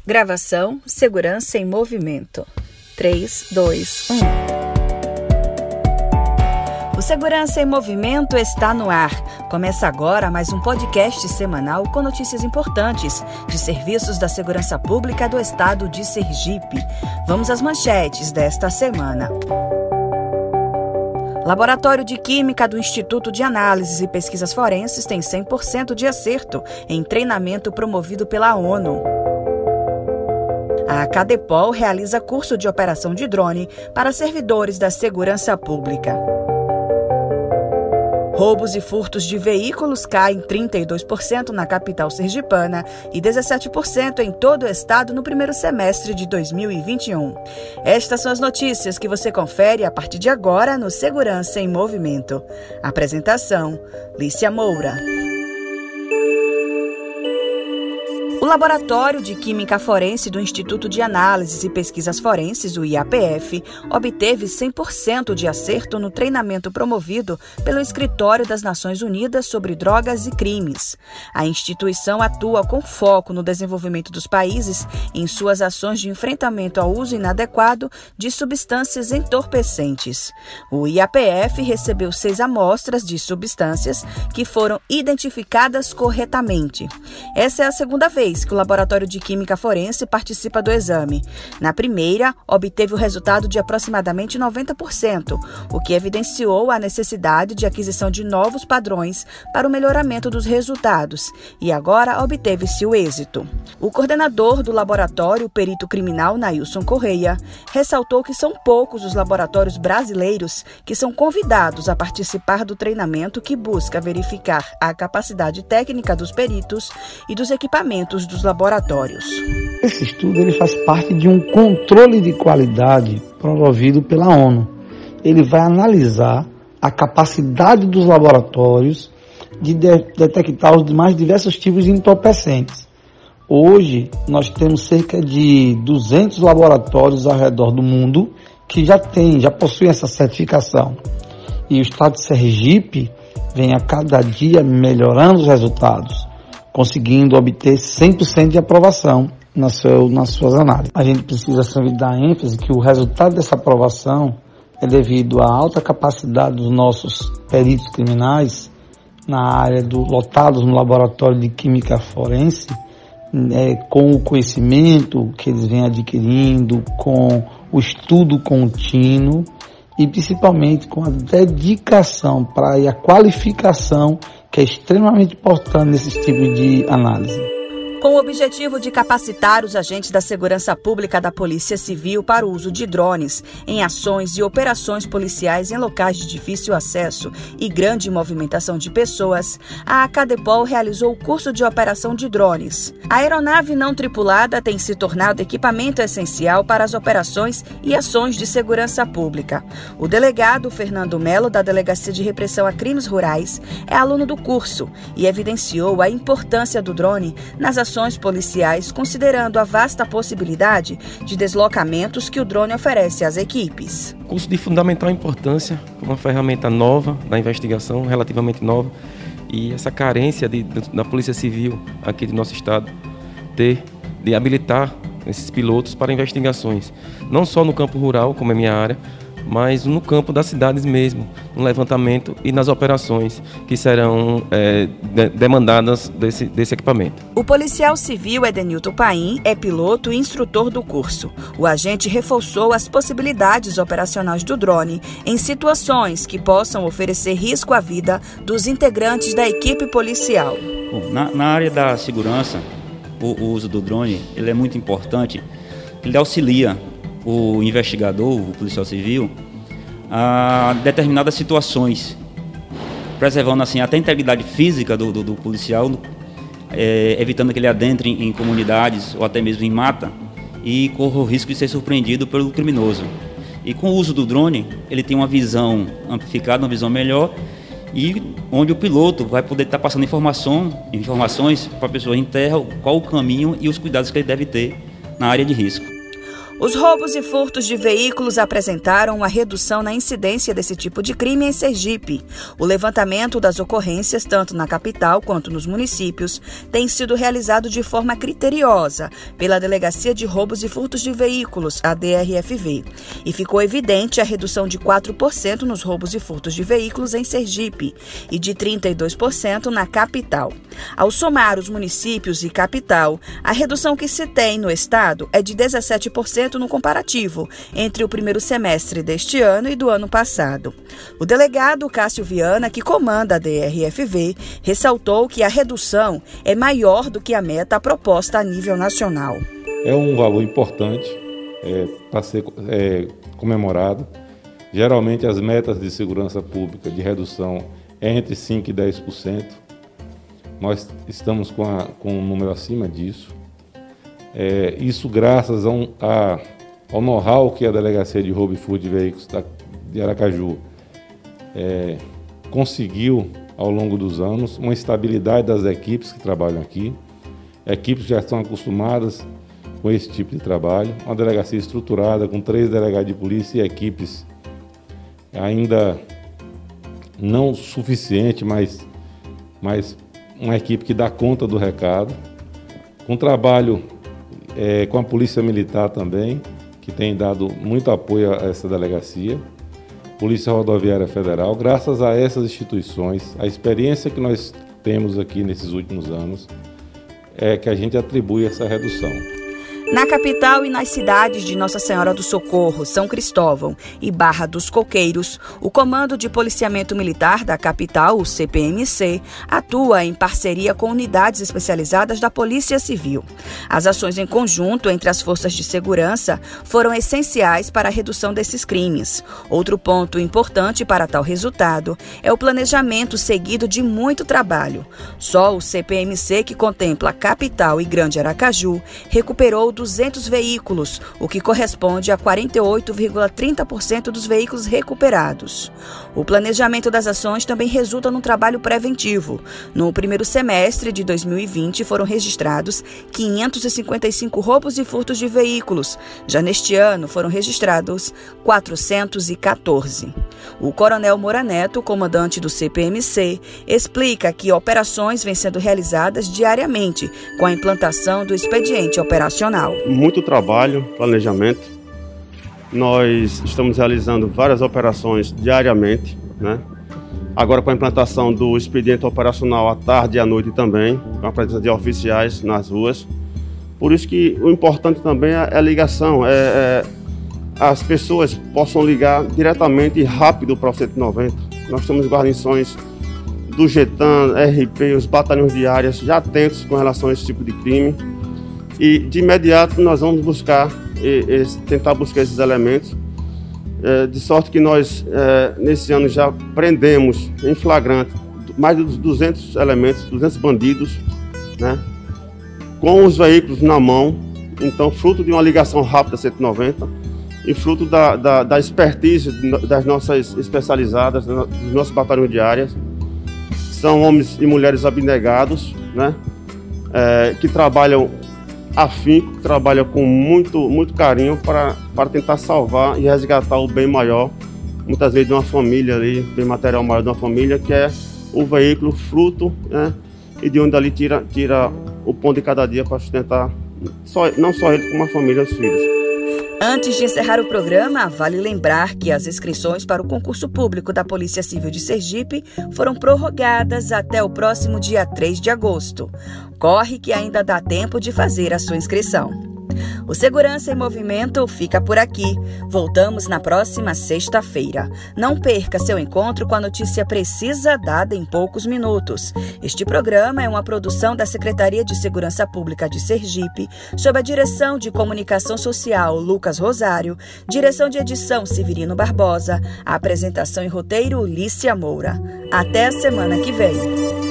Gravação, segurança em movimento. 3, 2, 1. O Segurança em Movimento está no ar. Começa agora mais um podcast semanal com notícias importantes de serviços da segurança pública do estado de Sergipe. Vamos às manchetes desta semana. Laboratório de Química do Instituto de Análises e Pesquisas Forenses tem 100% de acerto em treinamento promovido pela ONU. A Cadepol realiza curso de operação de drone para servidores da segurança pública. Roubos e furtos de veículos caem 32% na capital sergipana e 17% em todo o estado no primeiro semestre de 2021. Estas são as notícias que você confere a partir de agora no Segurança em Movimento. Apresentação: Lícia Moura. O Laboratório de Química Forense do Instituto de Análises e Pesquisas Forenses, o IAPF, obteve 100% de acerto no treinamento promovido pelo Escritório das Nações Unidas sobre Drogas e Crimes. A instituição atua com foco no desenvolvimento dos países em suas ações de enfrentamento ao uso inadequado de substâncias entorpecentes. O IAPF recebeu 6 amostras de substâncias que foram identificadas corretamente. Essa é a segunda vez que o Laboratório de Química Forense participa do exame. Na primeira, obteve o resultado de aproximadamente 90%, o que evidenciou a necessidade de aquisição de novos padrões para o melhoramento dos resultados, e agora obteve-se o êxito. O coordenador do laboratório, o perito criminal Nailson Correia, ressaltou que são poucos os laboratórios brasileiros que são convidados a participar do treinamento que busca verificar a capacidade técnica dos peritos e dos equipamentos dos laboratórios. Esse estudo ele faz parte de um controle de qualidade promovido pela ONU. Ele vai analisar a capacidade dos laboratórios de detectar os mais diversos tipos de entorpecentes. Hoje, nós temos cerca de 200 laboratórios ao redor do mundo que já possuem essa certificação. E o estado de Sergipe vem a cada dia melhorando os resultados, conseguindo obter 100% de aprovação nas suas análises. A gente precisa sempre dar ênfase que o resultado dessa aprovação é devido à alta capacidade dos nossos peritos criminais na área lotados no laboratório de química forense, com o conhecimento que eles vêm adquirindo, com o estudo contínuo e principalmente com a dedicação e a qualificação que é extremamente importante nesses tipos de análise. Com o objetivo de capacitar os agentes da segurança pública da Polícia Civil para o uso de drones em ações e operações policiais em locais de difícil acesso e grande movimentação de pessoas, a Cadepol realizou o curso de operação de drones. A aeronave não tripulada tem se tornado equipamento essencial para as operações e ações de segurança pública. O delegado Fernando Melo, da Delegacia de Repressão a Crimes Rurais, é aluno do curso e evidenciou a importância do drone nas ações policiais, considerando a vasta possibilidade de deslocamentos que o drone oferece às equipes. Curso de fundamental importância, uma ferramenta nova da investigação, relativamente nova, e essa carência da Polícia Civil aqui do nosso estado de habilitar esses pilotos para investigações, não só no campo rural, como é minha área, mas no campo das cidades mesmo, no levantamento e nas operações que serão demandadas desse equipamento. O policial civil Edenilton Paim é piloto e instrutor do curso. O agente reforçou as possibilidades operacionais do drone em situações que possam oferecer risco à vida dos integrantes da equipe policial. Bom, na área da segurança, o uso do drone ele é muito importante. Ele auxilia o investigador, o policial civil, a determinadas situações, preservando assim até a integridade física do policial, evitando que ele adentre em comunidades ou até mesmo em mata e corra o risco de ser surpreendido pelo criminoso. E com o uso do drone, ele tem uma visão amplificada, uma visão melhor, e onde o piloto vai poder estar passando informações para a pessoa em terra, qual o caminho e os cuidados que ele deve ter na área de risco. Os roubos e furtos de veículos apresentaram uma redução na incidência desse tipo de crime em Sergipe. O levantamento das ocorrências, tanto na capital quanto nos municípios, tem sido realizado de forma criteriosa pela Delegacia de Roubos e Furtos de Veículos, a DRFV, e ficou evidente a redução de 4% nos roubos e furtos de veículos em Sergipe e de 32% na capital. Ao somar os municípios e capital, a redução que se tem no estado é de 17% no comparativo entre o primeiro semestre deste ano e do ano passado. O delegado Cássio Viana, que comanda a DRFV, ressaltou que a redução é maior do que a meta proposta a nível nacional. É um valor importante para ser comemorado. Geralmente as metas de segurança pública de redução é entre 5% e 10%. Nós estamos com um número acima disso. Isso graças ao know-how que a Delegacia de Roubo e Furto de Veículos de Aracaju conseguiu ao longo dos anos, uma estabilidade das equipes que trabalham aqui. Equipes já estão acostumadas com esse tipo de trabalho. Uma delegacia estruturada com 3 delegados de polícia e equipes ainda não suficiente, mas uma equipe que dá conta do recado. Com trabalho com a Polícia Militar também, que tem dado muito apoio a essa delegacia. Polícia Rodoviária Federal, graças a essas instituições, a experiência que nós temos aqui nesses últimos anos, é que a gente atribui essa redução. Na capital e nas cidades de Nossa Senhora do Socorro, São Cristóvão e Barra dos Coqueiros, o Comando de Policiamento Militar da capital, o CPMC, atua em parceria com unidades especializadas da Polícia Civil. As ações em conjunto entre as forças de segurança foram essenciais para a redução desses crimes. Outro ponto importante para tal resultado é o planejamento seguido de muito trabalho. Só o CPMC, que contempla a capital e Grande Aracaju, recuperou 200 veículos, o que corresponde a 48,30% dos veículos recuperados. O planejamento das ações também resulta num trabalho preventivo. No primeiro semestre de 2020 foram registrados 555 roubos e furtos de veículos. Já neste ano foram registrados 414. O Coronel Moura Neto, comandante do CPMC, explica que operações vêm sendo realizadas diariamente com a implantação do expediente operacional. Muito trabalho, planejamento. Nós estamos realizando várias operações diariamente, né? Agora com a implantação do expediente operacional à tarde e à noite também, com a presença de oficiais nas ruas. Por isso que o importante também é a ligação, as pessoas possam ligar diretamente e rápido para o 190. Nós temos guarnições do GETAN, RP, os batalhões diários já atentos com relação a esse tipo de crime. E de imediato nós vamos tentar buscar esses elementos, de sorte que nós nesse ano já prendemos em flagrante mais de 200 elementos, 200 bandidos, né, com os veículos na mão. Então, fruto de uma ligação rápida 190 e fruto da expertise das nossas especializadas, dos nossos batalhões diários. São homens e mulheres abnegados, né, que trabalham afinco, trabalha com muito carinho para tentar salvar e resgatar o bem maior, muitas vezes de uma família ali, bem material maior de uma família, que é o veículo fruto, né, e de onde ali tira o pão de cada dia para sustentar não só ele, como a família e os filhos. Antes de encerrar o programa, vale lembrar que as inscrições para o concurso público da Polícia Civil de Sergipe foram prorrogadas até o próximo dia 3 de agosto. Corre que ainda dá tempo de fazer a sua inscrição. O Segurança em Movimento fica por aqui. Voltamos na próxima sexta-feira. Não perca seu encontro com a notícia precisa dada em poucos minutos. Este programa é uma produção da Secretaria de Segurança Pública de Sergipe, sob a direção de Comunicação Social Lucas Rosário, direção de edição Severino Barbosa, a apresentação e roteiro Lícia Moura. Até a semana que vem.